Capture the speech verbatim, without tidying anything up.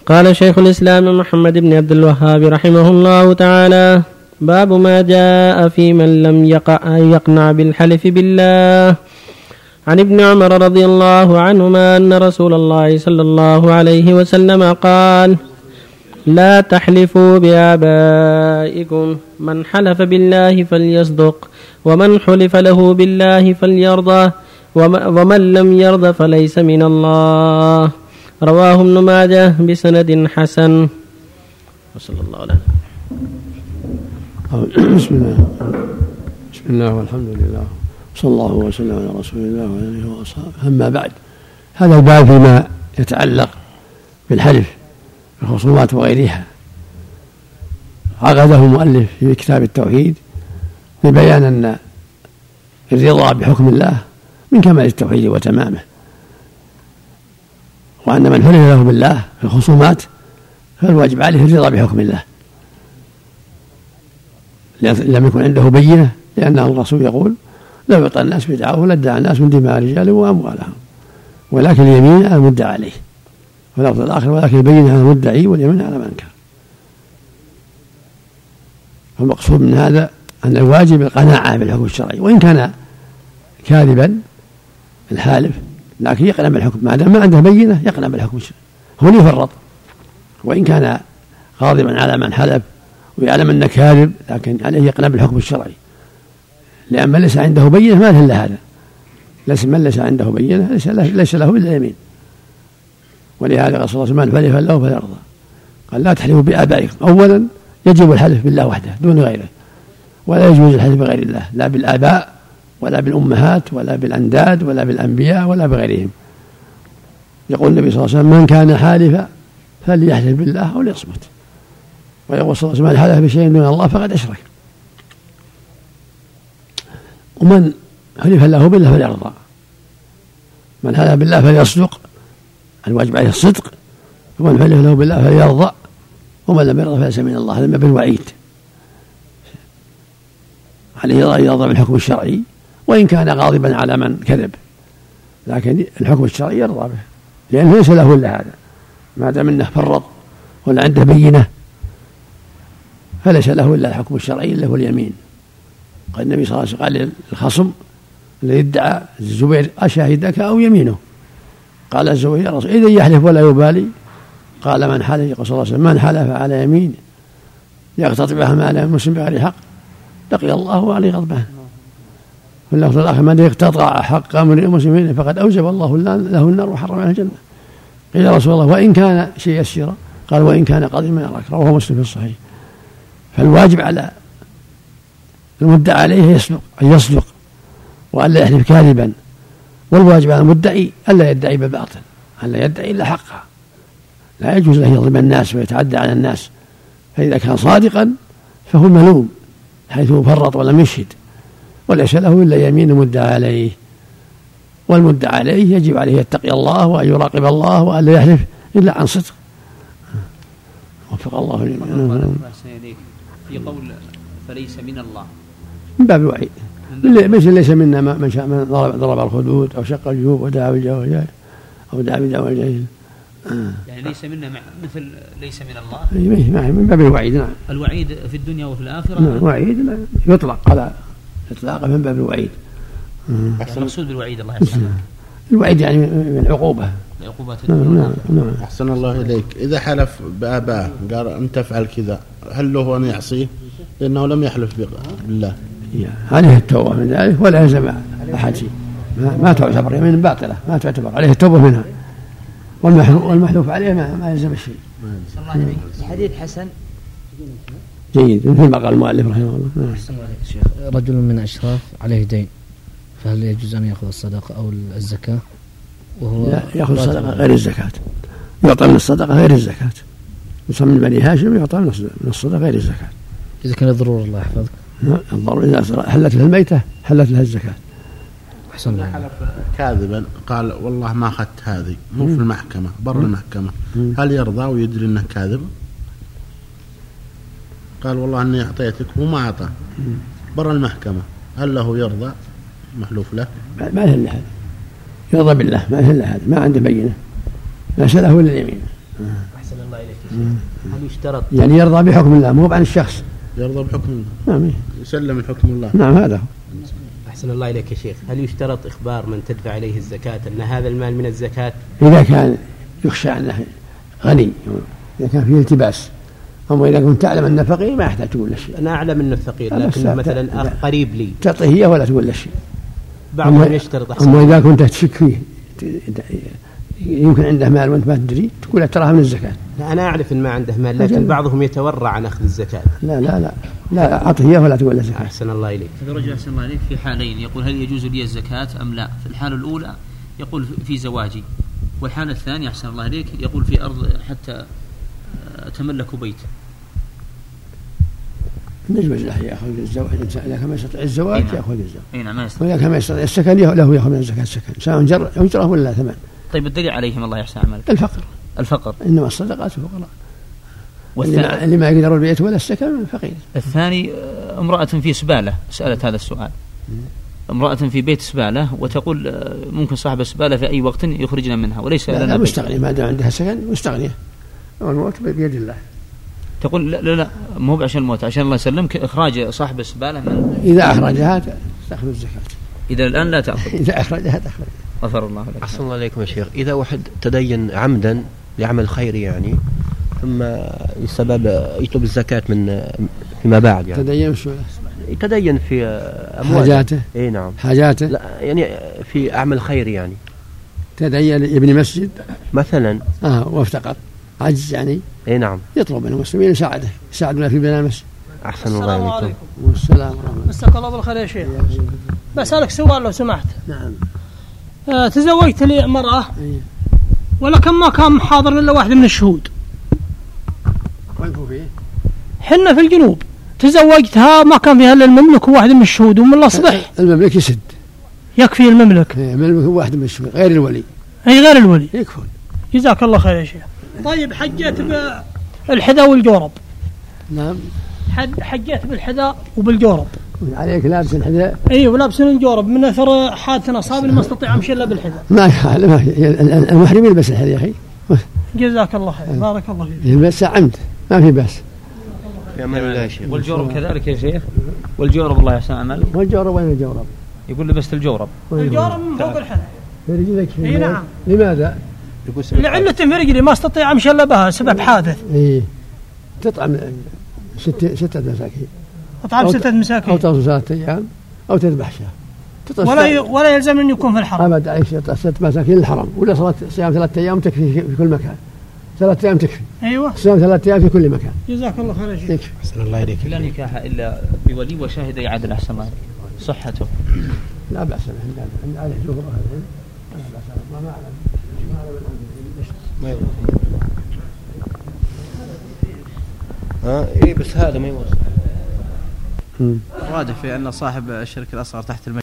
قال شيخ الإسلام محمد بن عبد الوهاب رحمه الله تعالى: باب ما جاء في من لم يقع يقنع بالحلف بالله. عن ابن عمر رضي الله عنهما أن رسول الله صلى الله عليه وسلم قال: لا تحلفوا بآبائكم، من حلف بالله فليصدق، ومن حلف له بالله فليرضى، ومن لم يرضى فليس من الله. رواه ابن ماجه بسند حسن. وصلى الله عليه وسلم. بسم الله بسم الله والحمد لله صلى الله وسلم على رسول الله وعلى اله واصحابه. اما بعد، هذا الباب فيما يتعلق بالحلف في الخصومات وغيرها. عقده المؤلف في كتاب التوحيد ببيان ان الرضا بحكم الله من كمال التوحيد وتمامه، وأن من حلف له بالله في الخصومات فالواجب عليه الرضا بحكم الله لم يكن عنده بينة، لأنه الرسول يقول: لا يعطى الناس بدعوه لادعى الناس من دماء رجالهم وأموالهم، ولكن اليمين على المدعى عليه، واللفظ الآخر: ولكن البينة على المدعي واليمين على من أنكر. فالمقصود من هذا أن الواجب القناعة بالحكم الشرعي، وإن كان كاذبا الحالف لكن يقنع بالحكم، ما دام ما عنده بينة يقنع بالحكم الشرعي، هو اللي يفرط. وإن كان غاضبا على من حلف ويعلم أنه كاذب لكن عليه يقنع بالحكم الشرعي، لأن من ليس عنده بينة ما له إلا هذا، ليس من ليس عنده بينة ليس له, ليس له إلا اليمين. ولهذا قال صلى الله عليه وسلم: من حلف له فليرضى. قال: لا تحلفوا بآبائكم. أولا يجب الحلف بالله وحده دون غيره، ولا يجوز الحلف بغير الله، لا بالآباء ولا بالأمهات ولا بالأنداد ولا بالأنبياء ولا بغيرهم. يقول النبي صلى الله عليه وسلم: من كان حالفا فليحلف بالله أو ليصمت. ويقول صلى الله عليه وسلم: من حلف بشيء دون الله فقد أشرك. ومن حلف له بالله فليرضى. من حلف بالله فليصدق، الواجب عليه الصدق، ومن حلف له بالله فليرضى، ومن لم يرضى فليس من الله. هذا بالوعيد، عليه يرضى بالحكم الشرعي وإن كان غاضبا على من كذب، لكن الحكم الشرعي يرضى به لأنه ليس له إلا هذا، ما دام أنه فرط ولا عنده بينة فليس له إلا الحكم الشرعي اللي هو اليمين. قال النبي صلى الله عليه وسلم: قال للخصم الذي ادعى الزبير: أشهدك أو يمينه؟ قال الزبير: يا رسول إذا يحلف ولا يبالي. قال: من حلف، يقول صلى الله عليه وسلم: من حلف على يمين يقتطع مال المسلم بغير حق لقي الله عليه غضبان. في اللفظ الآخر: من يقتطع حق امرئ مسلم فقد أوجب الله له النار وحرم عليه الجنة. قيل: يا رسول الله وإن كان شيء يسيرا؟ قال: وإن كان قديما يراك. رواه مسلم في الصحيح. فالواجب على المدعى عليه يصدق أن يصدق وألا يحلف كاذبا، والواجب على المدعي ألا يدعي بالباطل، ألا يدعي إلا حقها. لا يجوز له يظلم الناس ويتعدى على الناس، فإذا كان صادقا فهو ملوم حيث فرط ولم يشهد، وليس له إلا يمين المدعى عليه. والمدعى عليه يجب عليه يتقي الله وأن يراقب الله وألا يحلف إلا عن صدق. وفق الله لمن في قول فليس من الله من باب الوعيد، مثل ليس منا من شاء من ضرب, ضرب الخدود أو شق الجيوب ودعا بالجاهل أو دعا بدعوى الجاهل. آه. يعني ليس منا مثل ليس من الله من باب الوعيد. نعم، الوعيد في الدنيا وفي الآخرة. نعم، الوعيد يطلق على إطلاقه من باب الوعيد. يعني المقصود بالوعيد الله يسلمك الوعيد يعني من العقوبة، العقوبات. نعم نعم نعم. أحسن الله إليك. إذا حلف بآبائه قال أن تفعل كذا، هل له أن يعصيه لأنه لم يحلف بالله؟ عليه التوبة من ذلك ولا يلزم أحد شيء، ما, ما تعتبر يمين باطلة، ما تعتبر، عليه التوبة منها، والمحلوف, والمحلوف عليه ما, ما يلزم الشيء. الحديث حسن جيد مثل ما قال المؤلف رحمه الله. رجل من أشراف عليه دين، فهل يجوز أن يأخذ الصدقة أو الزكاة وهو لا يأخذ الصدقة غير الزكاة، يعطى من الصدقة غير الزكاة، يصمم بني هاشم يعطى من الصدقة غير الزكاة إذا كان ضرورة. الله يحفظك. الضرورة إذا حلت له الميتة حلت لها الزكاة. أحسن الله. حلف كاذبا قال والله ما أخذت هذه، مو في المحكمة بر المحكمة، هل يرضى ويدري أنه كاذب؟ قال والله أني أعطيتك وما أعطى بر المحكمة، هل له يرضى محلوف له؟ ما له إلا هذا، يرضى بالله، ما له إلا هذا، ما عنده بينة، ما سأله إلا اليمين. أحسن الله هل يشترط يعني يرضى بحكم الله مو عن الشخص، يرضى بحكم الله. نعم يسلم الحكم الله. نعم هذا هو. أحسن الله إليك يا شيخ، هل يشترط إخبار من تدفع عليه الزكاة أن هذا المال من الزكاة؟ إذا كان يخشى أنه غني، إذا كان فيه التباس. أما إذا كنت تعلم أنه فقير ما يحتاج تقول له شيء. أنا أعلم أنه فقير لكنه مثلا أخ قريب لي تعطيه إياه ولا تقول له شيء. بعضهم يشترط. أحسن. أما إذا كنت تشك فيه يمكن عنده مال وأنت ما تدري تقول تراها من الزكاة. لا أنا أعرف إن ما عنده مال لكن أجل. بعضهم يتورع عن أخذ الزكاة. لا لا لا لا أعطيه إياه ولا تقول له زكاة. أحسن الله إليك. هذا الرجل أحسن الله إليك في حالين، يقول هل يجوز لي الزكاة أم لا؟ في الحالة الأولى يقول في زواجي، والحالة الثانية أحسن الله إليك يقول في أرض حتى أتملك بيت. نجوز له يأخذ الزواج إذا كان ما يستطيع الزواج يأخذ الزواج. أي نعم ما يستطيع. وإذا كان ما يستطيع السكن له يأخذ من الزكاة السكن سواء جر أجرة ولا ثمن. طيب الدليل عليهم الله يحسن عملك. الفقر. الفقر. إنما الصدقات الفقراء. والثاني اللي ما يقدر البيت ولا السكن فقير. الثاني امرأة في سبالة سألت هذا السؤال. امرأة في بيت سبالة وتقول ممكن صاحب السبالة في أي وقت يخرجنا منها وليس لا لنا لا مستغنية ما دام عندها سكن مستغنية. والموت بيد الله. تقول لا لا, لا مو عشان الموت عشان الله يسلمك إخراج صاحب السبالة من إذا أخرجها تأخذ الزكاة. إذا الآن لا تأخذ. إذا أخرجها تأخذ. غفر الله لك. أحسن الله عليكم يا شيخ، إذا واحد تدين عمدا لعمل خيري يعني ثم السبب يطلب الزكاة من فيما بعد يعني تدين شو؟ يتدين في أمواله. حاجاته. إيه نعم. حاجاته. لا يعني في أعمال خيري يعني. تدين يبني مسجد مثلا. آه وافتقر عجز يعني. إيه نعم. يطلب من المسلمين يساعده يساعدنا في بناء المسجد. أحسن الله عليكم. والسلام ورحمة الله. مساك الله بالخير يا شيخ. بسألك سؤال لو سمحت. نعم. آه تزوجت لي مرأة. إيه. ولكن ما كان حاضر إلا واحد من الشهود. وين هو فيه؟ حنا في الجنوب. تزوجتها ما كان فيها إلا المملك وواحد من الشهود ومن الأصبح. المملك يسد. يكفي المملك. إيه المملك هو واحد من الشهود غير الولي. أي غير الولي. يكفون. جزاك الله خير يا شيخ. طيب حجيت بالحذاء والجورب. نعم. حجيت بالحذاء وبالجورب. عليك لابس الحذاء. اي ولابس الجورب من اثر حادث اصابني ما استطيع امشي الا بالحذاء. ما ما المحرم يلبس الحذاء يا اخي. جزاك الله خير بارك الله فيك. يلبس عمد ما في باس. في امان الله يا شيخ. والجورب كذلك يا شيخ. والجورب الله يحسن عملك. والجورب وين الجورب؟ يقول لبست الجورب. الجورب من فوق الحذاء. في رجلك. اي نعم. لماذا؟ لعلة في رجلي ما استطيع امشي الا بها سبب حادث. اي تطعم ستة ستة مساكين. أطعم ستة مساكين. أو تصوم ثلاثة أيام أو تذبح شاة. ولا ي... ولا يلزم أن يكون في الحرم. أبد عيش ستة مساكين الحرم ولا صلاة صيام ثلاثة أيام تكفي في كل مكان. ثلاثة أيام تكفي. أيوة. صيام ثلاثة أيام في كل مكان. جزاك الله خير يا شيخ. أحسن الله إليك. لا نكاح إلا بولي وشاهدي عدل أحسن الله صحته. لا بأس به عند عليه جمهور أهل العلم. لا بأس ما ما أعلم ما أعلم ما يوصل. ها إيه بس هذا ما يوصل. الراجح في أن صاحب الشرك الأصغر تحت المجلس